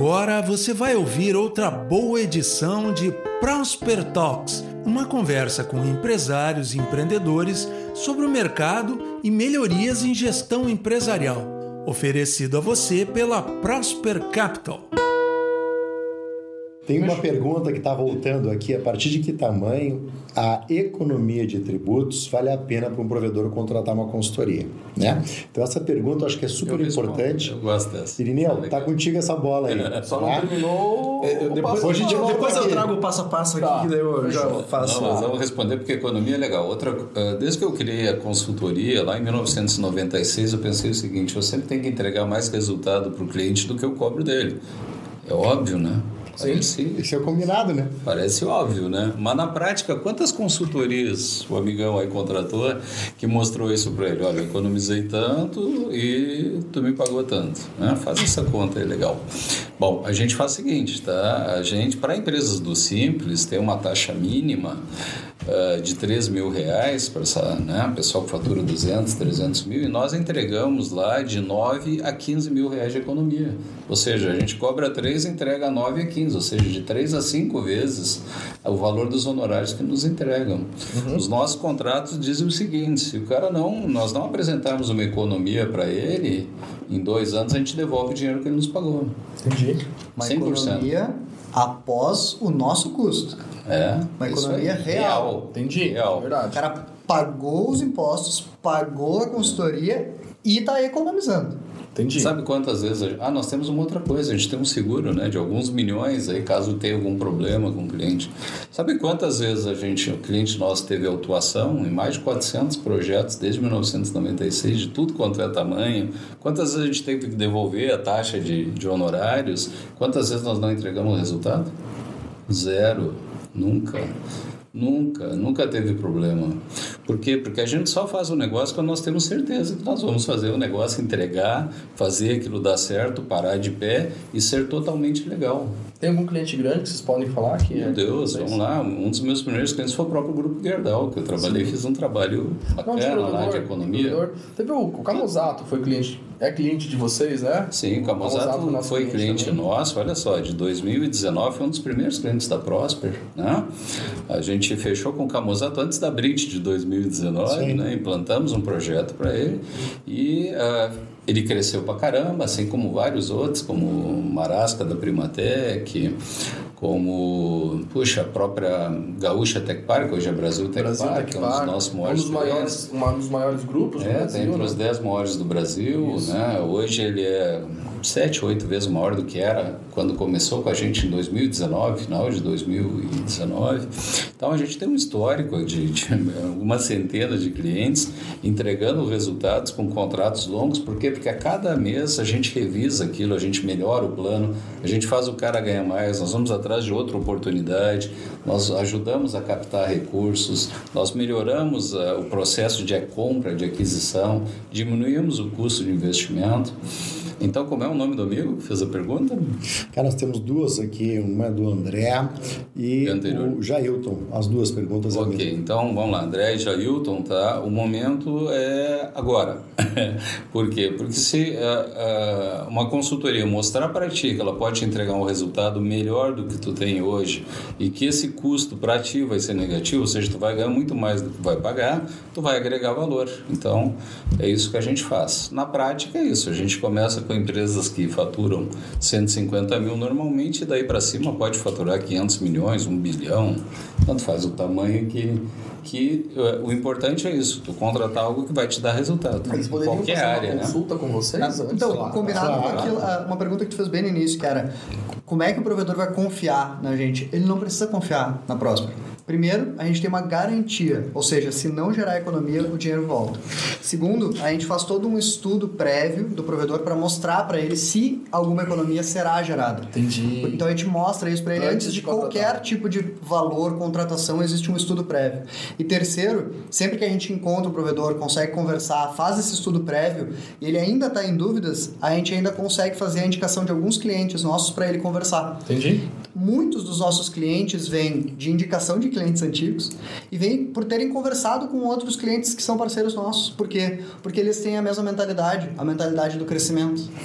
Agora você vai ouvir outra boa edição de Prosper Talks, uma conversa com empresários e empreendedores sobre o mercado e melhorias em gestão empresarial, oferecido a você pela Prosper Capital. Tem uma pergunta que está voltando aqui: a partir de que tamanho a economia de tributos vale a pena para um provedor contratar uma consultoria, né? Então essa pergunta eu acho que é super importante. Eu gosto dessa. Irineu, tá contigo essa bola aí. Só não terminou. Depois eu trago o passo a passo aqui, que daí eu já faço. Não, mas vamos responder porque a economia é legal. Desde que eu criei a consultoria, lá em 1996, eu pensei o seguinte: eu sempre tenho que entregar mais resultado para o cliente do que eu cobro dele. É óbvio, né? Isso é combinado, né? Parece óbvio, né? Mas na prática, quantas consultorias o amigão aí contratou que mostrou isso para ele? Olha, eu economizei tanto e tu me pagou tanto, né? Faz essa conta aí, legal. Bom, a gente faz o seguinte, tá? A gente, para empresas do Simples, tem uma taxa mínima de R$3.000 para essa, né? Pessoal que fatura 200, 300 mil, e nós entregamos lá de 9 a 15 mil reais de economia. Ou seja, a gente cobra 3 e entrega 9 a 15, ou seja, de 3 a 5 vezes o valor dos honorários que nos entregam. Os nossos contratos dizem o seguinte: se o cara nós não apresentarmos uma economia para ele, em 2 anos a gente devolve o dinheiro que ele nos pagou. Entendi. Uma 100%. Economia após o nosso custo. Uma economia real. Entendi. Real. Verdade. O cara pagou os impostos, pagou a consultoria e está economizando. Entendi. Sabe quantas vezes... nós temos uma outra coisa, a gente tem um seguro, né, de alguns milhões aí, caso tenha algum problema com o cliente. Sabe quantas vezes o cliente nosso teve autuação em mais de 400 projetos desde 1996, de tudo quanto é tamanho? Quantas vezes a gente teve que devolver a taxa de honorários? Quantas vezes nós não entregamos o resultado? 0. Nunca teve problema. Por quê? Porque a gente só faz o negócio quando nós temos certeza que nós vamos fazer o negócio, entregar, fazer aquilo dar certo, parar de pé e ser totalmente legal. Tem algum cliente grande que vocês podem falar? Meu Deus, vamos lá. Um dos meus primeiros clientes foi o próprio Grupo Gerdau, que eu trabalhei e fiz um trabalho bacana lá de economia. Teve o Camusato, foi cliente... É cliente de vocês, né? Sim, o Camusato foi cliente nosso. Olha só, de 2019 foi um dos primeiros clientes da Prosper, né? A gente fechou com o Camusato antes da Brit de 2019, né? Implantamos um projeto para ele e ele cresceu pra caramba, assim como vários outros, como Marasca da Primatec, como, a própria Gaúcha Tech Park, hoje é Brasil Tech Park, que é um dos nossos maiores clientes. Um dos maiores grupos do Brasil. Tem entre os 10 maiores do Brasil, né? Hoje ele é 7, 8 vezes maior do que era quando começou com a gente em 2019, final de 2019. Então a gente tem um histórico de algumas centenas de clientes entregando resultados com contratos longos. Por quê? Porque a cada mês a gente revisa aquilo, a gente melhora o plano, a gente faz o cara ganhar mais, nós vamos atrás de outra oportunidade, nós ajudamos a captar recursos, nós melhoramos o processo de compra, de aquisição, diminuímos o custo de investimento. Então, como é o nome do amigo que fez a pergunta? Cara, nós temos duas aqui, uma é do André e o Jailton, as duas perguntas. Ok, então vamos lá, André e Jailton, tá? O momento é agora. Por quê? Porque se uma consultoria mostrar para ti que ela pode te entregar um resultado melhor do que tu tem hoje e que esse custo para ti vai ser negativo, ou seja, tu vai ganhar muito mais do que vai pagar, tu vai agregar valor. Então, é isso que a gente faz. Na prática é isso, a gente começa com empresas que faturam 150 mil normalmente, e daí para cima pode faturar 500 milhões, 1 bilhão, tanto faz o tamanho que o importante é isso, tu contratar algo que vai te dar resultado. Eles poderiam qualquer fazer área, uma consulta com vocês antes? Então, combinado com aquilo, uma pergunta que tu fez bem no início, que era: como é que o provedor vai confiar na gente? Ele não precisa confiar na Prosper. Primeiro, a gente tem uma garantia, ou seja, se não gerar economia, o dinheiro volta. Segundo, a gente faz todo um estudo prévio do provedor para mostrar para ele se alguma economia será gerada. Entendi. Então a gente mostra isso para ele antes de qualquer tipo de valor, contratação, existe um estudo prévio. E terceiro, sempre que a gente encontra o provedor, consegue conversar, faz esse estudo prévio e ele ainda está em dúvidas, a gente ainda consegue fazer a indicação de alguns clientes nossos para ele conversar. Entendi. Muitos dos nossos clientes vêm de indicação de clientes antigos e vêm por terem conversado com outros clientes que são parceiros nossos. Por quê? Porque eles têm a mesma mentalidade, a mentalidade do crescimento.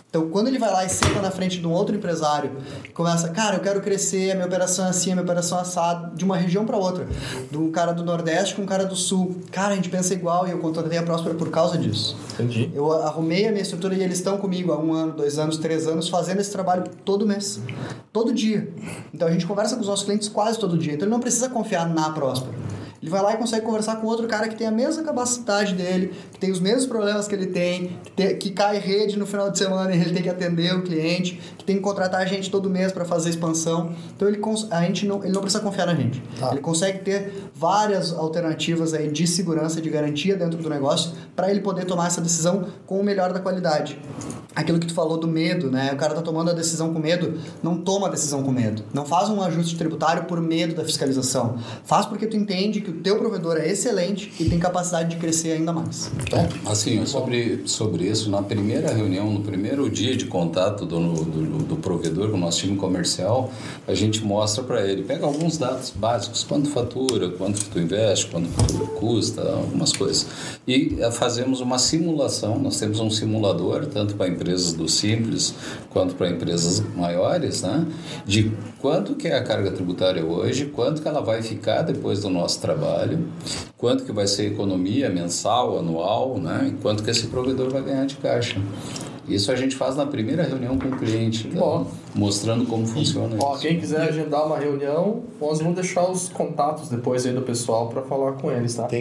Então, quando ele vai lá e senta na frente de um outro empresário e começa, cara, eu quero crescer, a minha operação é assim, a minha operação é assada, de uma região para outra, de um cara do Nordeste com um cara do Sul. Cara, a gente pensa igual e eu contratei a Próspera por causa disso. Entendi. Eu arrumei a minha estrutura e eles estão comigo há 1 ano, 2 anos, 3 anos, fazendo esse trabalho todo mês, todo dia. Então, a gente conversa com os nossos clientes quase todo dia. Então, ele não precisa confiar na Próspera. Ele vai lá e consegue conversar com outro cara que tem a mesma capacidade dele, que tem os mesmos problemas que ele tem, que cai rede no final de semana e ele tem que atender o cliente, que tem que contratar a gente todo mês para fazer expansão. Então ele não precisa confiar na gente. Tá. Ele consegue ter várias alternativas aí de segurança e de garantia dentro do negócio para ele poder tomar essa decisão com o melhor da qualidade. Aquilo que tu falou do medo, né? O cara tá tomando a decisão com medo, não toma a decisão com medo. Não faz um ajuste tributário por medo da fiscalização. Faz porque tu entende que o teu provedor é excelente e tem capacidade de crescer ainda mais. Assim, sobre isso, na primeira reunião, no primeiro dia de contato do provedor com o nosso time comercial, a gente mostra para ele, pega alguns dados básicos, quanto fatura, quanto tu investe, quanto custa, algumas coisas. E fazemos uma simulação, nós temos um simulador, tanto para empresas do Simples quanto para empresas maiores, né? De quanto que é a carga tributária hoje, quanto que ela vai ficar depois do nosso trabalho, quanto que vai ser a economia mensal, anual, né? E quanto que esse provedor vai ganhar de caixa. Isso a gente faz na primeira reunião com o cliente, tá? Mostrando como funciona isso. Quem quiser agendar uma reunião, nós vamos deixar os contatos depois aí do pessoal para falar com eles, tá?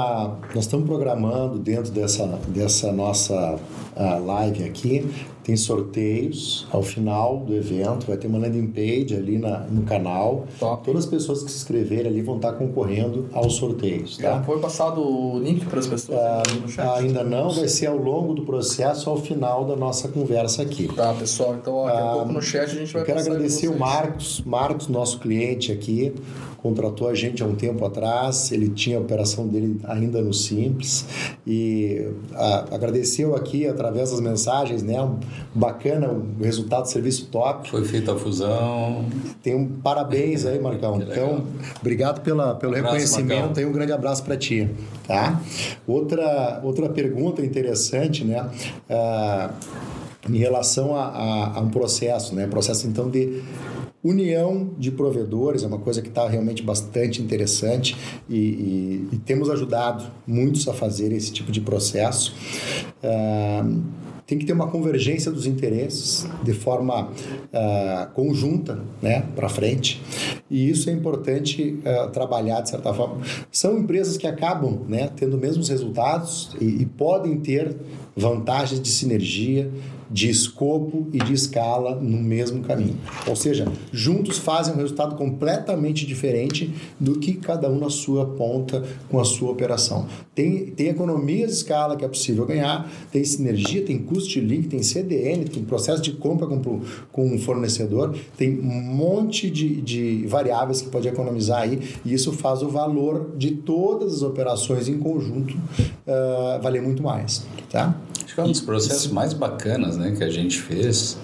Nós estamos programando dentro dessa nossa live aqui, tem sorteios ao final do evento, vai ter uma landing page ali no canal. Top. Todas as pessoas que se inscreverem ali vão estar concorrendo aos sorteios, tá? Já foi passado o link para as pessoas no chat? Ainda não, vai ser ao longo do processo, ao final da nossa conversa aqui. Tá, pessoal, então daqui a pouco no chat a gente vai passar. Eu quero agradecer o Marcos, nosso cliente aqui, contratou a gente há um tempo atrás, ele tinha a operação dele ainda no Simples e agradeceu aqui através das mensagens, né? Bacana, o resultado do serviço top. Foi feita a fusão. Tem parabéns aí, Marcão. Então, obrigado pelo reconhecimento, Marcão. E um grande abraço para ti, tá? Outra pergunta interessante, né? Em relação a um processo, né? Processo, então, de união de provedores, é uma coisa que está realmente bastante interessante e temos ajudado muitos a fazer esse tipo de processo. Tem que ter uma convergência dos interesses de forma conjunta, né, para frente, e isso é importante trabalhar de certa forma. São empresas que acabam, né, tendo os mesmos resultados e podem ter vantagens de sinergia, de escopo e de escala no mesmo caminho. Ou seja, juntos fazem um resultado completamente diferente do que cada um na sua ponta com a sua operação. Tem economias de escala que é possível ganhar, tem sinergia, tem custo de link, tem CDN, tem processo de compra com um fornecedor, tem um monte de variáveis que pode economizar aí, e isso faz o valor de todas as operações em conjunto valer muito mais, tá? Acho que é um dos processos mais bacanas, né, que a gente fez.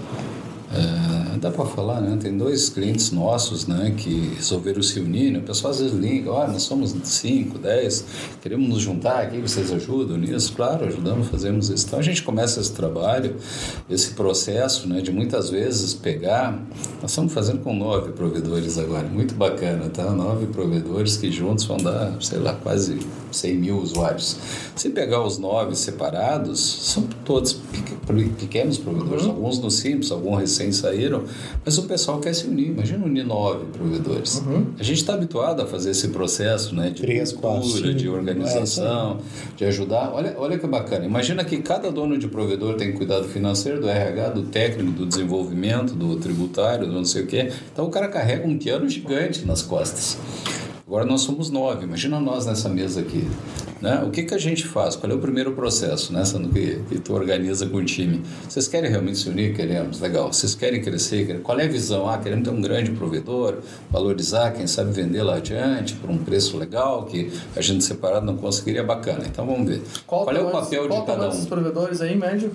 Dá para falar, né? Tem 2 clientes nossos, né, que resolveram se unir, né? O pessoal às vezes liga, nós somos 5, 10, queremos nos juntar aqui, vocês ajudam nisso? Claro, ajudamos, fazemos isso. Então a gente começa esse trabalho, esse processo, né, de muitas vezes pegar, nós estamos fazendo com 9 provedores agora, muito bacana, tá? 9 provedores que juntos vão dar, sei lá, quase 100 mil usuários. Se pegar os 9 separados, são todos pequenos provedores, alguns no Simples, alguns recém saíram, mas o pessoal quer se unir. Imagina unir 9 provedores. A gente está habituado a fazer esse processo, né, de 3, 4, de organização, de ajudar. Olha que bacana. Imagina que cada dono de provedor tem cuidado financeiro, do RH, do técnico, do desenvolvimento, do tributário, do não sei o quê. Então o cara carrega um piano gigante nas costas. Agora nós somos 9, imagina nós nessa mesa aqui, né? O que a gente faz? Qual é o primeiro processo, né? Sendo que tu organiza com o time. Vocês querem realmente se unir? Queremos, legal. Vocês querem crescer? Qual é a visão? Queremos ter um grande provedor, valorizar, quem sabe vender lá adiante por um preço legal, que a gente separado não conseguiria, bacana. Então vamos ver. Qual é o papel de cada um? Qual provedores aí, médio?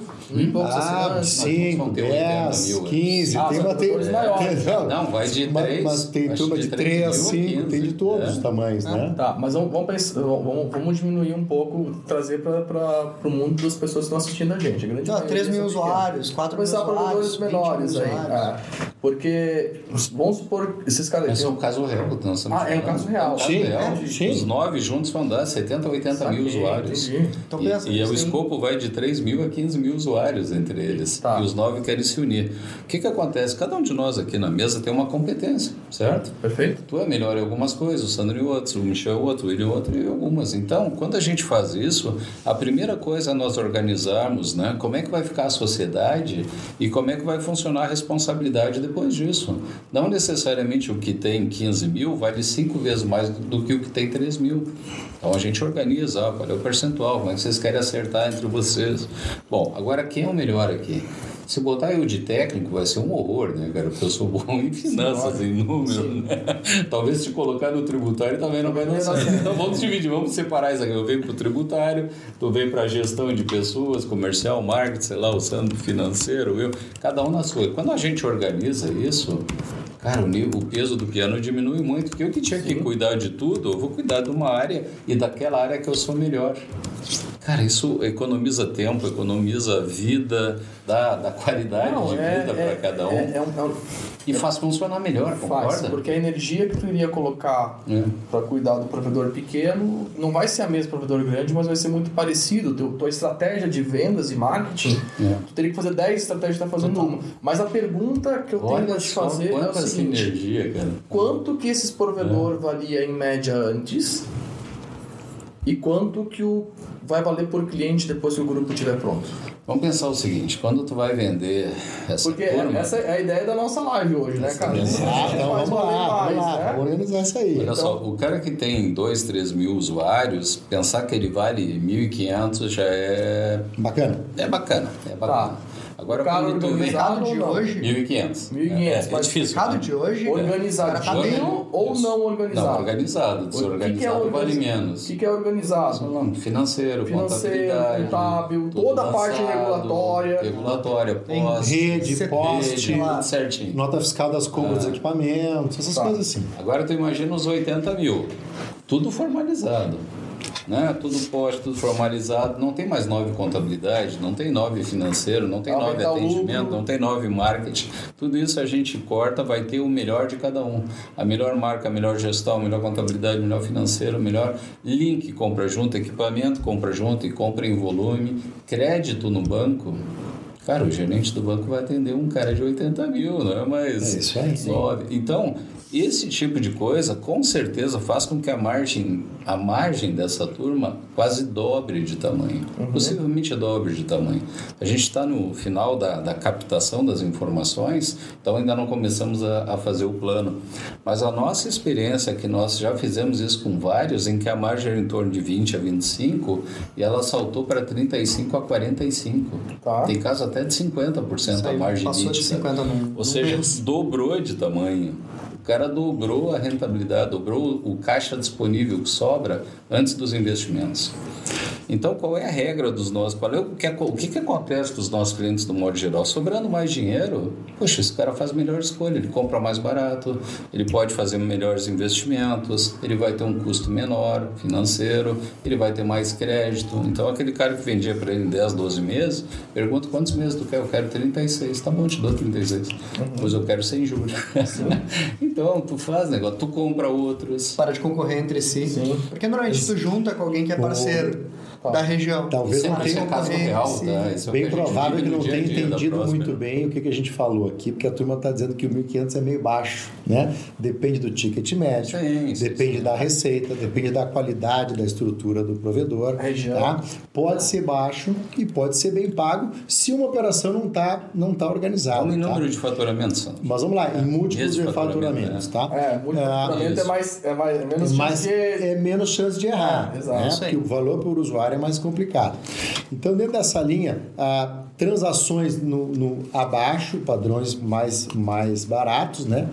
5, 10, 15, tem provedores maiores. Não, vai de 3. Mas tem turma de 3 a 5, tem de todos os tamanhos, né? Tá, mas vamos diminuir diminuir um pouco, trazer para o mundo das pessoas que estão assistindo a gente. 3 mil usuários, 4 mil usuários. Começar provedores menores aí. Porque, vamos supor, esses caras... Esse é um caso real. É um caso real. Sim. Os 9 juntos vão dar 70, 80 mil usuários. Então, E o escopo vai de 3 mil a 15 mil usuários entre eles. Tá. E os 9 querem se unir. O que acontece? Cada um de nós aqui na mesa tem uma competência, certo? Perfeito. Tu é melhor em algumas coisas, o Sandro em outras, o Michel em outro, o William em outro e algumas. Então, quando a gente faz isso, a primeira coisa é nós organizarmos, né, como é que vai ficar a sociedade e como é que vai funcionar a responsabilidade depois disso. Não necessariamente o que tem 15 mil vale 5 vezes mais do que o que tem 3 mil. Então, a gente organiza, qual é o percentual, como é que vocês querem acertar entre vocês. Bom, agora quem é o melhor aqui? Se botar eu de técnico vai ser um horror, né, cara? Porque eu sou bom em finanças, em número, né? Talvez te colocar no tributário também não vai dar certo. Então vamos dividir, vamos separar isso aqui. Eu venho para o tributário, tu vem para a gestão de pessoas, comercial, marketing, sei lá, o Sandro financeiro, eu, cada um na sua. Quando a gente organiza isso, cara, o peso do piano diminui muito, porque eu que tinha que cuidar de tudo, eu vou cuidar de uma área e daquela área que eu sou melhor. Cara, isso economiza tempo, economiza vida, dá qualidade de vida para cada um. E faz funcionar melhor, concorda? Faz, porque a energia que tu iria colocar para cuidar do provedor pequeno não vai ser a mesma provedor grande, mas vai ser muito parecido. Tua estratégia de vendas e marketing, tu teria que fazer 10 estratégias e tá fazendo uma. Mas a pergunta que eu tenho para te fazer é o seguinte: energia, cara. Quanto que esse provedor valia em média antes? E quanto que vai valer por cliente depois que o grupo estiver pronto? Vamos pensar o seguinte, quando tu vai vender essa Porque turma... essa é a ideia da nossa live hoje, né, cara? Então vamos lá, vamos organizar isso aí. Olha só, o cara que tem 2, 3 mil usuários, pensar que ele vale 1.500 já é... Bacana. É bacana. Tá. Agora, o cara quando tu vem... mercado de hoje... 1.500. 1.500, É difícil. O mercado de hoje... Organizadinho ou não organizado? Não, organizado. Desorganizado vale menos. O que é organizado? Financeiro, contabilidade, contábil, toda a parte regulatória. Regulatória, pós... Rede, poste, tudo certinho. nota fiscal das compras dos equipamentos, essas coisas assim. Agora tu imagina os 80 mil. Tudo formalizado. Né? Tudo poste, tudo formalizado, não tem mais 9 contabilidade, não tem 9 financeiro, não tem 9 atendimento, não tem 9 marketing. Tudo isso a gente corta, vai ter o melhor de cada um. A melhor marca, a melhor gestão, a melhor contabilidade, o melhor financeiro, o melhor link, compra junto, equipamento, compra junto e compra em volume, crédito no banco. Cara, o gerente do banco vai atender um cara de 80 mil, não é mais 9. Então, esse tipo de coisa, com certeza, faz com que a margem dessa turma quase dobre de tamanho. Possivelmente dobre de tamanho. A gente está no final da captação das informações, então ainda não começamos a fazer o plano. Mas a nossa experiência é que nós já fizemos isso com vários, em que a margem era em torno de 20 a 25 e ela saltou para 35 a 45. Tá. Tem caso até de 50% a margem líquida. Ou seja, dobrou de tamanho. O cara dobrou a rentabilidade, dobrou o caixa disponível que sobra antes dos investimentos. Então, qual é a regra dos nossos? O que acontece com os nossos clientes, do modo geral? Sobrando mais dinheiro, poxa, esse cara faz melhor escolha, ele compra mais barato, ele pode fazer melhores investimentos, ele vai ter um custo menor financeiro, ele vai ter mais crédito. Então, aquele cara que vendia para ele em 10, 12 meses, pergunta quantos meses tu quer? Eu quero 36. Tá bom, te dou 36. Pois eu quero sem juros. Então, tu faz negócio, tu compra outros. Para de concorrer entre si. Sim. Porque normalmente tu junta com alguém que é parceiro da região. Talvez não tenha um caso real, tá? Isso bem provável que não tenha entendido muito bem o que a gente falou aqui, porque a turma está dizendo que o 1.500 é meio baixo, né? Depende do ticket médio, depende da receita, depende da qualidade da estrutura do provedor. Tá? Pode ser baixo e pode ser bem pago se uma operação não tá organizada. Qual o número de faturamento, Sandro? Mas vamos lá, em múltiplos de faturamentos, tá? Múltiplo de faturamento é menos chance de errar, exato. Né? Porque o valor por usuário é mais complicado. Então, dentro dessa linha, transações no abaixo, padrões mais baratos, né?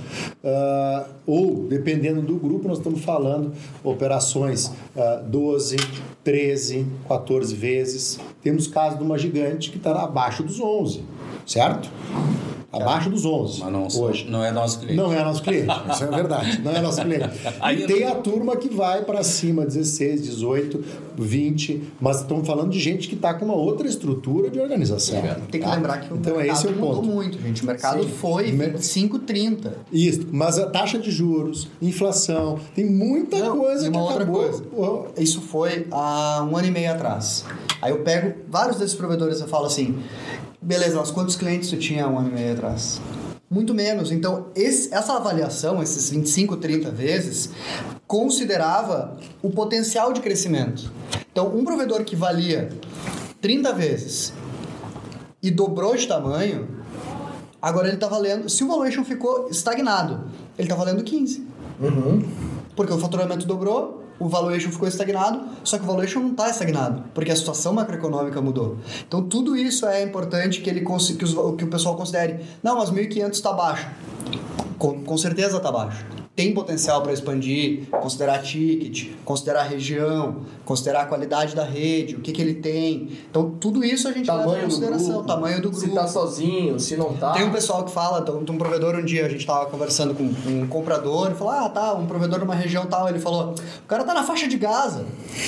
Ou, dependendo do grupo, nós estamos falando operações 12, 13, 14 vezes. Temos caso de uma gigante que está abaixo dos 11, certo? Abaixo dos 11. Mas hoje. Não é nosso cliente. Não é nosso cliente, isso é verdade. Não é nosso cliente. E tem a turma que vai para cima, 16, 18, 20, mas estamos falando de gente que está com uma outra estrutura de organização. Tem que lembrar que o mercado mudou muito, gente. O mercado foi 25, 30. Isso, mas a taxa de juros, inflação, tem muita coisa que acabou. Isso foi há 1 ano e meio atrás. Aí eu pego vários desses provedores e falo assim, beleza, mas quantos clientes tu tinha há 1 ano e meio atrás? Muito menos. Então, essa avaliação, esses 25, 30 vezes, considerava o potencial de crescimento. Então, um provedor que valia 30 vezes e dobrou de tamanho, agora ele está valendo... Se o valuation ficou estagnado, ele está valendo 15. Porque o faturamento dobrou, o valuation ficou estagnado, só que o valuation não está estagnado, porque a situação macroeconômica mudou. Então, tudo isso é importante que o pessoal considere. Não, mas 1.500 está baixo. Com certeza está baixo. Tem potencial para expandir, considerar ticket, considerar região, considerar a qualidade da rede, o que ele tem. Então, tudo isso a gente leva em consideração. Tamanho do grupo. Se está sozinho, se não está. Tem um pessoal que fala, um provedor um dia, a gente estava conversando com um comprador, e falou, um provedor de uma região tal, ele falou, o cara tá na faixa de Gaza.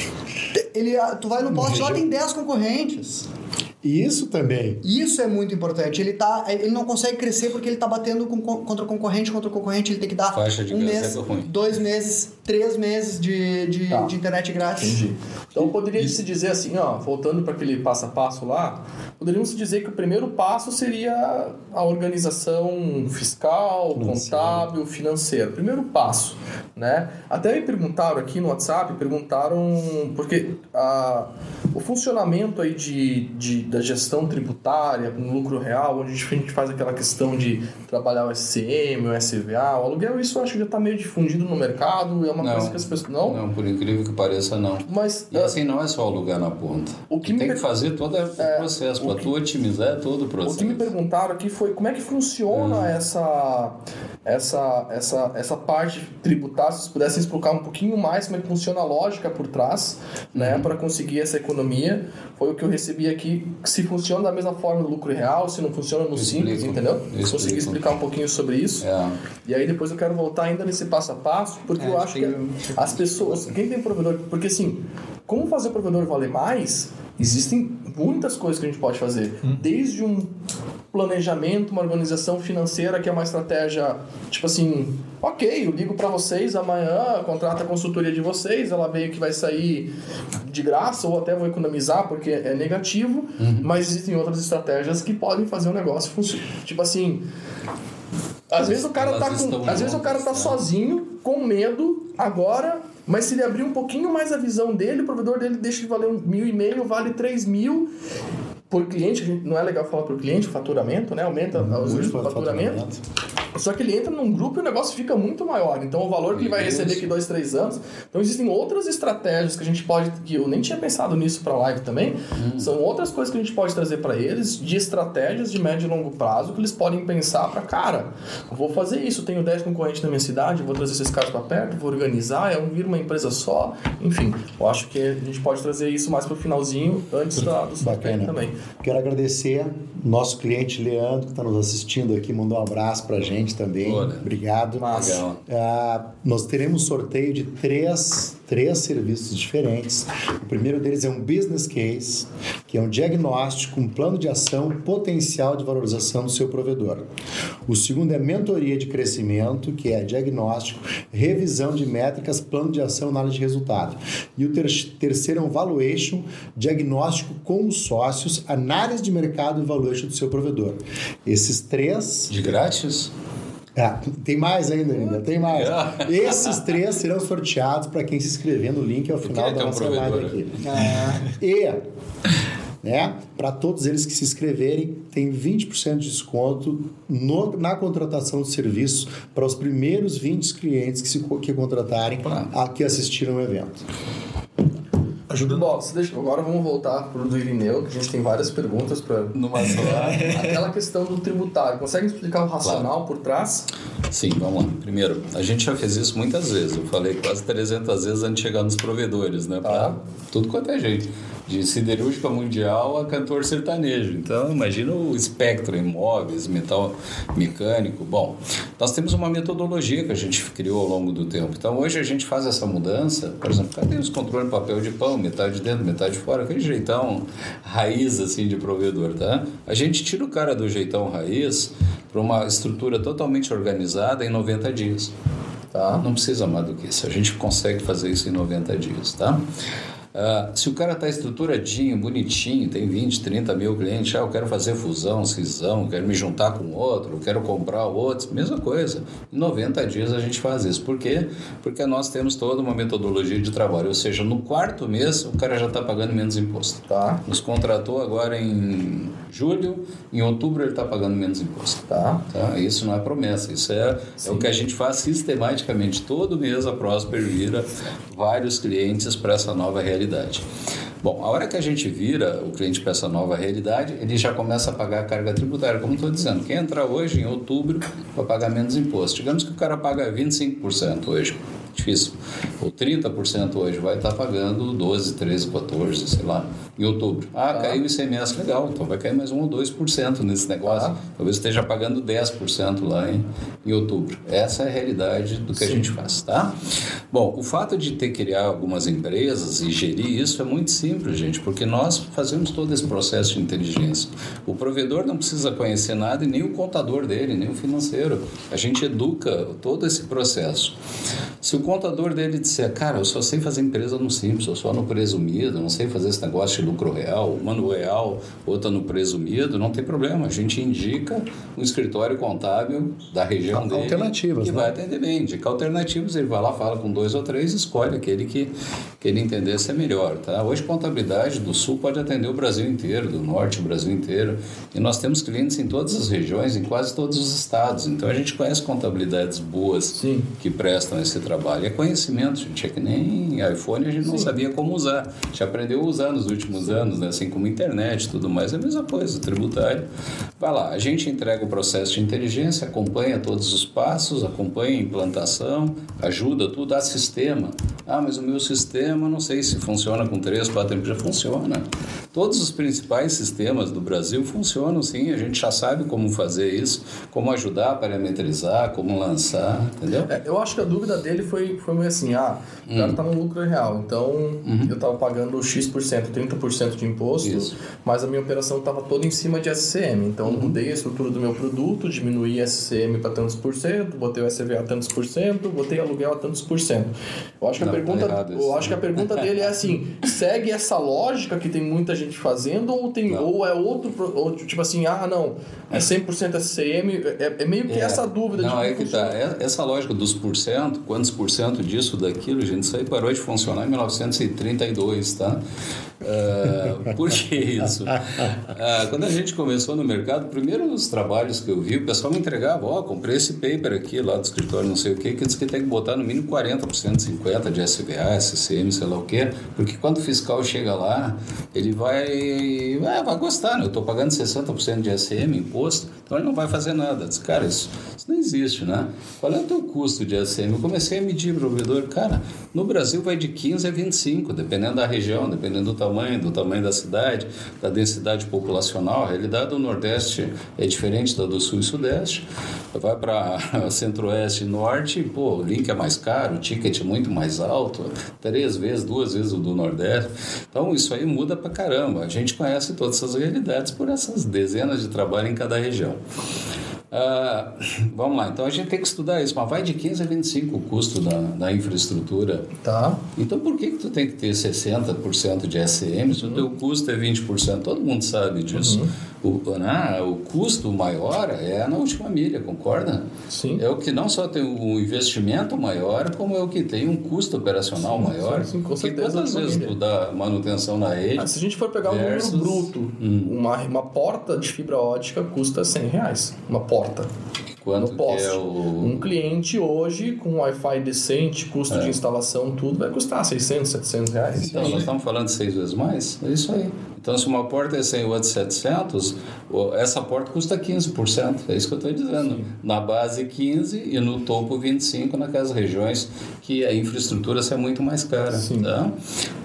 Tu vai no poste lá, tem 10 concorrentes. Isso também. Isso é muito importante. Ele não consegue crescer porque ele está batendo contra concorrente, ele tem que dar um mês, 2 meses, 3 meses de internet grátis. Entendi. Então poderia se dizer assim, voltando para aquele passo a passo lá, poderíamos se dizer que o primeiro passo seria a organização fiscal, contábil, financeira. Primeiro passo, né? Até me perguntaram aqui no WhatsApp, porque o funcionamento aí da gestão tributária com lucro real, onde a gente faz aquela questão de trabalhar o SCM, o SVA, o aluguel, isso eu acho que já está meio difundido no mercado, é uma coisa que as pessoas... Não, por incrível que pareça, não. Mas, e assim, não é só alugar na ponta. O que tem que fazer todo o processo, para tu otimizar todo o processo. O que me perguntaram aqui foi como é que funciona essa parte tributária, se vocês pudessem explicar um pouquinho mais como é que funciona a lógica por trás, né, para conseguir essa economia. Foi o que eu recebi aqui, se funciona da mesma forma no lucro real, se não funciona no simples, entendeu? Consegui explicar um pouquinho sobre isso. E aí depois eu quero voltar ainda nesse passo a passo, porque eu acho que as pessoas, quem tem provedor, porque assim, como fazer o provedor valer mais, existem muitas coisas que a gente pode fazer, desde um planejamento, uma organização financeira que é uma estratégia, tipo assim, ok, eu ligo para vocês amanhã, contrata a consultoria de vocês, ela veio que vai sair de graça ou até vou economizar porque é negativo, mas existem outras estratégias que podem fazer o negócio funcionar. Tipo assim, às vezes o cara tá sozinho, com medo agora, mas se ele abrir um pouquinho mais a visão dele, o provedor dele deixa de valer 1.500, vale 3.000 por cliente. Não é legal falar por cliente, o faturamento, né? Aumenta o faturamento. Só que ele entra num grupo e o negócio fica muito maior. Então, o valor que ele vai receber aqui 2, 3 anos... Então, existem outras estratégias que a gente pode... Que eu nem tinha pensado nisso para a live também. São outras coisas que a gente pode trazer para eles, de estratégias de médio e longo prazo, que eles podem pensar para, cara, eu vou fazer isso, tenho 10 concorrentes na minha cidade, vou trazer esses caras para perto, vou organizar, vir uma empresa só. Enfim, eu acho que a gente pode trazer isso mais para o finalzinho, antes do sorteio também. Quero agradecer nosso cliente Leandro, que está nos assistindo aqui, mandou um abraço para a gente também. Obrigado. Nós teremos sorteio de três serviços diferentes. O primeiro deles é um business case, que é um diagnóstico, um plano de ação, potencial de valorização do seu provedor. O segundo é mentoria de crescimento, que é diagnóstico, revisão de métricas, plano de ação, análise de resultado. E o terceiro é um valuation, diagnóstico com os sócios, análise de mercado e valuation do seu provedor. Esses 3... De grátis? Tem mais ainda, tem mais. Esses 3 serão sorteados para quem se inscrever no link ao final da nossa live aqui. Para todos eles que se inscreverem, tem 20% de desconto na contratação de serviços para os primeiros 20 clientes que contratarem, que assistiram ao evento. Bom, agora vamos voltar para o do Irineu, que a gente tem várias perguntas para aquela questão do tributário. Consegue explicar o racional por trás? Sim, vamos lá. Primeiro, a gente já fez isso muitas vezes. Eu falei quase 300 vezes antes de chegar nos provedores, né? Para tudo quanto é jeito. de siderúrgica mundial a cantor sertanejo. Então, imagina o espectro, imóveis, metal mecânico. Bom, nós temos uma metodologia que a gente criou ao longo do tempo. Então, hoje a gente faz essa mudança. Por exemplo, cadê os controles de papel de pão? Metade dentro, metade fora. Aquele jeitão raiz, assim, de provedor, tá? A gente tira o cara do jeitão raiz para uma estrutura totalmente organizada em 90 dias. Tá? Não precisa mais do que isso. A gente consegue fazer isso em 90 dias, tá? Se o cara está estruturadinho, bonitinho, tem 20, 30 mil clientes, eu quero fazer fusão, cisão, quero me juntar com outro, quero comprar outro, mesma coisa. Em 90 dias a gente faz isso. Por quê? Porque nós temos toda uma metodologia de trabalho, ou seja, no quarto mês o cara já está pagando menos imposto. Tá. Nos contratou agora em julho, em outubro ele está pagando menos imposto. Tá. Isso não é promessa, isso é o que a gente faz sistematicamente. Todo mês a Prosper vira vários clientes para essa nova realidade. Bom, a hora que a gente vira o cliente para essa nova realidade, ele já começa a pagar a carga tributária, como estou dizendo. Quem entrar hoje, em outubro, vai pagar menos imposto. Digamos que o cara paga 25% hoje, difícil, ou 30% hoje, vai estar pagando 12, 13, 14, sei lá, em outubro. Caiu o ICMS, legal, então vai cair mais 1 ou 2% nesse negócio. Talvez esteja pagando 10% lá em outubro. Essa é a realidade do que a gente faz, tá? Bom, o fato de ter que criar algumas empresas e gerir isso é muito simples, gente, porque nós fazemos todo esse processo de inteligência. O provedor não precisa conhecer nada e nem o contador dele, nem o financeiro. A gente educa todo esse processo. Se o contador dele disser, cara, eu só sei fazer empresa no simples, eu só no presumido, não sei fazer esse negócio de lucro real, uma no real, outra no presumido, não tem problema. A gente indica um escritório contábil da região dele alternativas, que vai atender bem. Indica alternativas, ele vai lá, fala com 2 ou 3, escolhe aquele que ele entender ser melhor. Tá? Hoje, contabilidade do Sul pode atender o Brasil inteiro, do Norte o Brasil inteiro. E nós temos clientes em todas as regiões, em quase todos os estados. Então, a gente conhece contabilidades boas que prestam esse trabalho. É conhecimento, gente. É que nem iPhone, a gente não sabia como usar. A gente aprendeu a usar nos últimos anos, né? Assim como internet e tudo mais. É a mesma coisa, tributário. Vai lá, a gente entrega o processo de inteligência, acompanha todos os passos, acompanha a implantação, ajuda tudo, dá sistema. Mas o meu sistema, não sei se funciona com 3, 4 empresas. Funciona. Todos os principais sistemas do Brasil funcionam, sim. A gente já sabe como fazer isso, como ajudar a parametrizar, como lançar, entendeu? Eu acho que a dúvida dele foi meio assim, o cara está no lucro real, então eu estava pagando X%, 30% de imposto, mas a minha operação estava toda em cima de SCM, então eu mudei a estrutura do meu produto, diminuí SCM para tantos por cento, botei o SVA a tantos por cento, botei aluguel a tantos por cento. Eu acho que a pergunta dele é assim, segue essa lógica que tem muita gente fazendo ou é outro, tipo assim, não, é 100% SCM, é meio que essa dúvida. Não, é que tá, essa lógica dos porcento, quantos por cento disso, daquilo, gente, isso aí parou de funcionar em 1932, tá? Por que isso? Quando a gente começou no mercado, primeiro os trabalhos que eu vi, o pessoal me entregava, comprei esse paper aqui lá do escritório, não sei o que diz que tem que botar no mínimo 40%, 50% de SVA, SCM, sei lá o quê, porque quando o fiscal chega lá, ele vai gostar, né? Eu estou pagando 60% de SCM, imposto, então ele não vai fazer nada. Diz, cara, isso não existe, né? Qual é o teu custo de SCM? Eu comecei a medir o provedor, cara, no Brasil vai de 15 a 25, dependendo da região, dependendo do tamanho da cidade, da densidade populacional. A realidade do Nordeste é diferente da do Sul e Sudeste. Vai para Centro-Oeste e Norte, o link é mais caro, o ticket é muito mais alto, 2 vezes o do Nordeste. Então, isso aí muda pra caramba. A gente conhece todas essas realidades por essas dezenas de trabalho em cada região. Vamos lá, então a gente tem que estudar isso, mas vai de 15 a 25 o custo da infraestrutura. Tá. Então por que tu tem que ter 60% de SCM se o teu custo é 20%? Todo mundo sabe disso. O custo maior é na última milha, concorda? Sim. É o que não só tem um investimento maior, como é o que tem um custo operacional maior. Sim, com certeza. Porque quantas vezes tu dá manutenção na rede? Se a gente for pegar um número bruto, uma porta de fibra ótica custa R$100. Uma porta. Quanto que é Um cliente hoje, com Wi-Fi decente, custo de instalação, tudo, vai custar R$600, R$700. Então, nós estamos falando de 6 vezes mais? É isso aí. Então, se uma porta é 100 e outra 700, essa porta custa 15%. É isso que eu estou dizendo. Sim. Na base 15% e no topo 25% naquelas regiões que a infraestrutura é muito mais cara. Sim. Tá?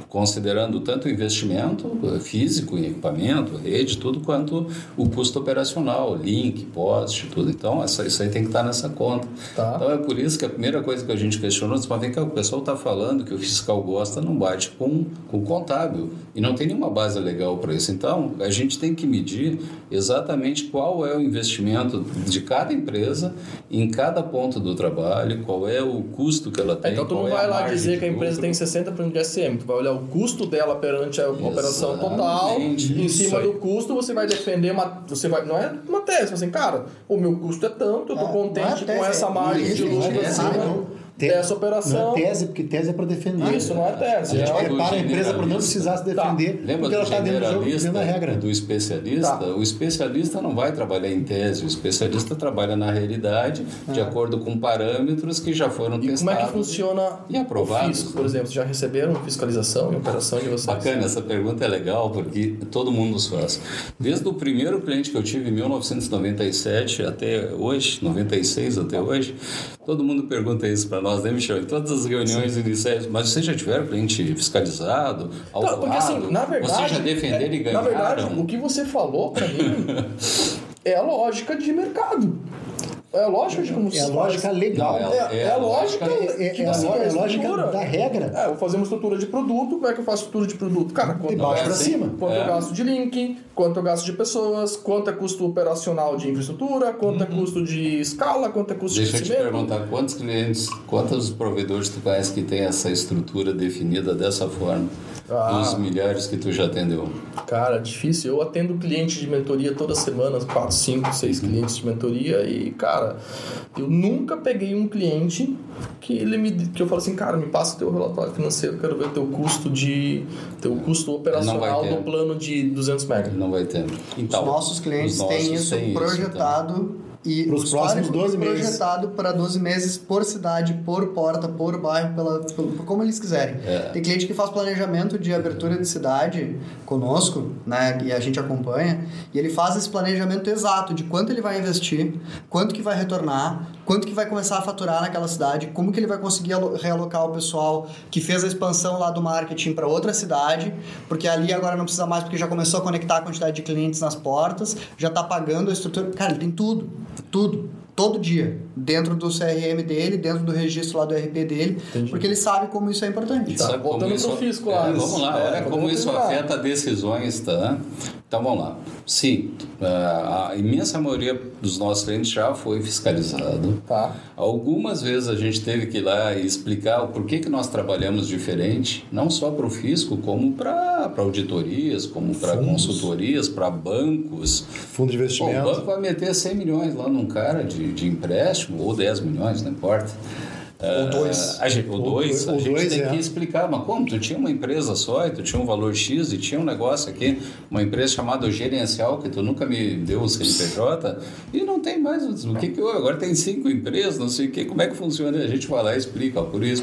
considerando tanto o investimento físico em equipamento, rede, tudo, quanto o custo operacional, link, poste, tudo. Então, isso aí tem que estar nessa conta. Tá. Então, é por isso que a primeira coisa que a gente questionou, vem que o pessoal está falando que o fiscal gosta, não bate com o contábil. E não tem nenhuma base legal para isso. Então, a gente tem que medir exatamente qual é o investimento de cada empresa em cada ponto do trabalho, qual é o custo que ela tem. Então, tu não vai lá dizer que a empresa tem 60% de SM, tu vai olhar o custo dela perante a operação total, em cima do custo você vai defender não é uma tese, assim, cara, o meu custo é tanto, eu tô contente com essa margem de lucro dessa operação. Não é tese, porque tese é para defender. Isso não é tese. A gente prepara a empresa para não precisar se defender, porque ela está dentro da regra. Do especialista, o especialista não vai trabalhar em tese, o especialista trabalha na realidade, de acordo com parâmetros que já foram testados. E como é que funciona e aprovados? O fisco, por exemplo? Já receberam fiscalização e operação de vocês? Bacana, essa pergunta é legal, porque todo mundo os faz. Desde o primeiro cliente que eu tive em 1997 até hoje, 96 até hoje, todo mundo pergunta isso para nós, né, Michel? Em todas as reuniões iniciais, mas vocês já tiveram cliente fiscalizado? Porque assim, na verdade... Vocês já defenderam e ganharam? Na verdade, o que você falou para mim é a lógica de mercado. É a lógica de como se faz. É a lógica legal. É a lógica... É a lógica da regra. Eu vou fazer uma estrutura de produto. Como é que eu faço estrutura de produto? Cara, quanto de baixo para cima. Quanto eu gasto de link, quanto eu gasto de pessoas, quanto é custo operacional de infraestrutura, quanto é custo de escala, quanto é custo de crescimento. Deixa eu te perguntar, quantos clientes, quantos provedores tu conhece que tem essa estrutura definida dessa forma? Dos milhares que tu já atendeu? Cara, difícil. Eu atendo cliente de mentoria toda semana, 4, 5, 6 clientes de mentoria e, cara, eu nunca peguei um cliente que eu falo assim, cara, me passa o teu relatório financeiro, quero ver o teu custo operacional do plano de 200 MB. Não vai ter. Então, os nossos clientes têm isso projetado. E para os próximos 12 meses. Projetado para 12 meses por cidade, por porta, por bairro, como eles quiserem. Tem cliente que faz planejamento de abertura de cidade conosco, né? E a gente acompanha. E ele faz esse planejamento exato de quanto ele vai investir, quanto que vai retornar, quanto que vai começar a faturar naquela cidade, como que ele vai conseguir realocar o pessoal que fez a expansão lá do marketing para outra cidade, porque ali agora não precisa mais, porque já começou a conectar a quantidade de clientes nas portas, já está pagando a estrutura. Cara, ele tem tudo. Todo dia, dentro do CRM dele, dentro do registro lá do RP dele, porque ele sabe como isso é importante. Voltando pro fisco lá. Vamos lá, olha como isso afeta decisões, tá? Então vamos lá. Sim, a imensa maioria dos nossos clientes já foi fiscalizado. Tá. Algumas vezes a gente teve que ir lá e explicar o porquê que nós trabalhamos diferente, não só para o fisco, como para auditorias, como para consultorias, para bancos. Fundo de investimento. O banco vai meter 100 milhões lá num cara de empréstimo, ou 10 milhões, não importa. Ou dois. A gente tem que explicar, mas como? Tu tinha uma empresa só e tu tinha um valor X e tinha um negócio aqui, uma empresa chamada Gerencial, que tu nunca me deu o CNPJ, e não tem mais. O que houve? Agora tem 5 empresas, não sei o que, como é que funciona? A gente vai lá e explica, ó, por isso.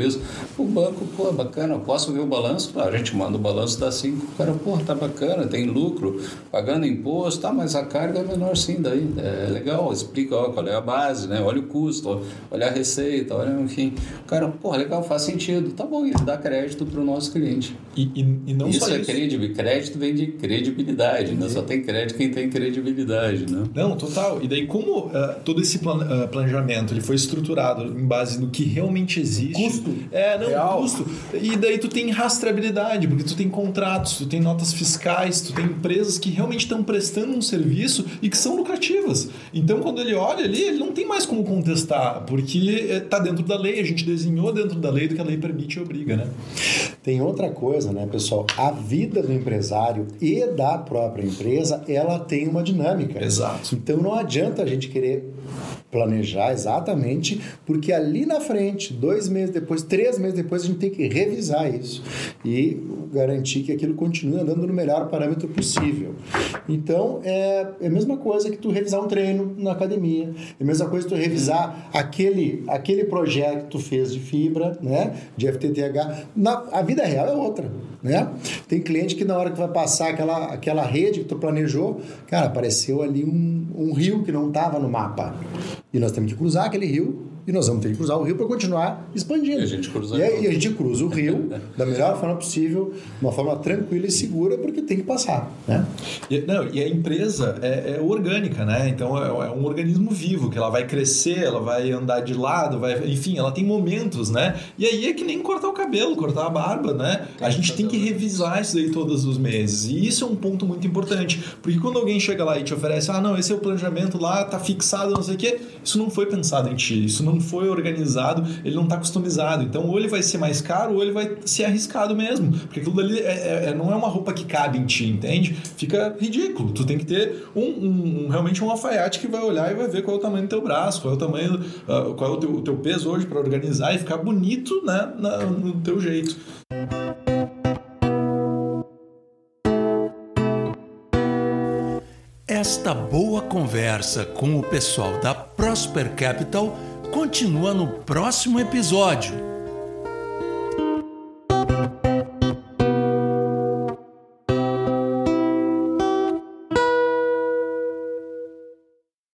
O banco, pô, bacana, posso ver o balanço? A gente manda o balanço da 5. O cara, pô, tá bacana, tem lucro, pagando imposto, tá, mas a carga é menor sim, daí. É legal, explica, ó, qual é a base, né? Olha o custo, olha a receita, enfim, o cara, porra, legal, faz sentido, tá bom, ele dá crédito para o nosso cliente. E não isso só é crédito vem de credibilidade, né? Só tem crédito quem tem credibilidade, né? Não, total. E daí como todo esse planejamento ele foi estruturado em base no que realmente existe. Custo. Custo. E daí tu tem rastreabilidade, porque tu tem contratos, tu tem notas fiscais, tu tem empresas que realmente estão prestando um serviço e que são lucrativas. Então, quando ele olha ali, ele não tem mais como contestar, porque está dentro da lei, a gente desenhou dentro da lei do que a lei permite e obriga, né? Tem outra coisa, né, pessoal? A vida do empresário e da própria empresa, ela tem uma dinâmica. Exato. Então não adianta a gente querer planejar exatamente, porque ali na frente, 2 meses depois, 3 meses depois, a gente tem que revisar isso e garantir que aquilo continue andando no melhor parâmetro possível. Então, é a mesma coisa que tu revisar um treino na academia, é a mesma coisa que tu revisar aquele projeto que tu fez de fibra, né, de FTTH. A vida real é outra, né? Tem cliente que na hora que vai passar aquela rede que tu planejou, cara, apareceu ali um rio que não estava no mapa. E nós temos que cruzar aquele rio e nós vamos ter que cruzar o rio para continuar expandindo. E a gente cruza e a gente cruza o rio da melhor forma possível, de uma forma tranquila e segura, porque tem que passar, né? E a empresa é orgânica, né? Então é um organismo vivo, que ela vai crescer, ela vai andar de lado, enfim, ela tem momentos, né? E aí é que nem cortar o cabelo, cortar a barba, né? A gente tem que revisar isso aí todos os meses. E isso é um ponto muito importante, porque quando alguém chega lá e te oferece, não, esse é o planejamento lá, tá fixado, não sei o quê, isso não foi pensado em ti, isso não foi organizado, ele não tá customizado. Então, ou ele vai ser mais caro, ou ele vai ser arriscado mesmo, porque aquilo dali não é uma roupa que cabe em ti, entende? Fica ridículo. Tu tem que ter realmente um alfaiate que vai olhar e vai ver qual é o tamanho do teu braço, qual é o tamanho, qual é o teu peso hoje para organizar e ficar bonito, né, no teu jeito. Esta boa conversa com o pessoal da Prosper Capital continua no próximo episódio.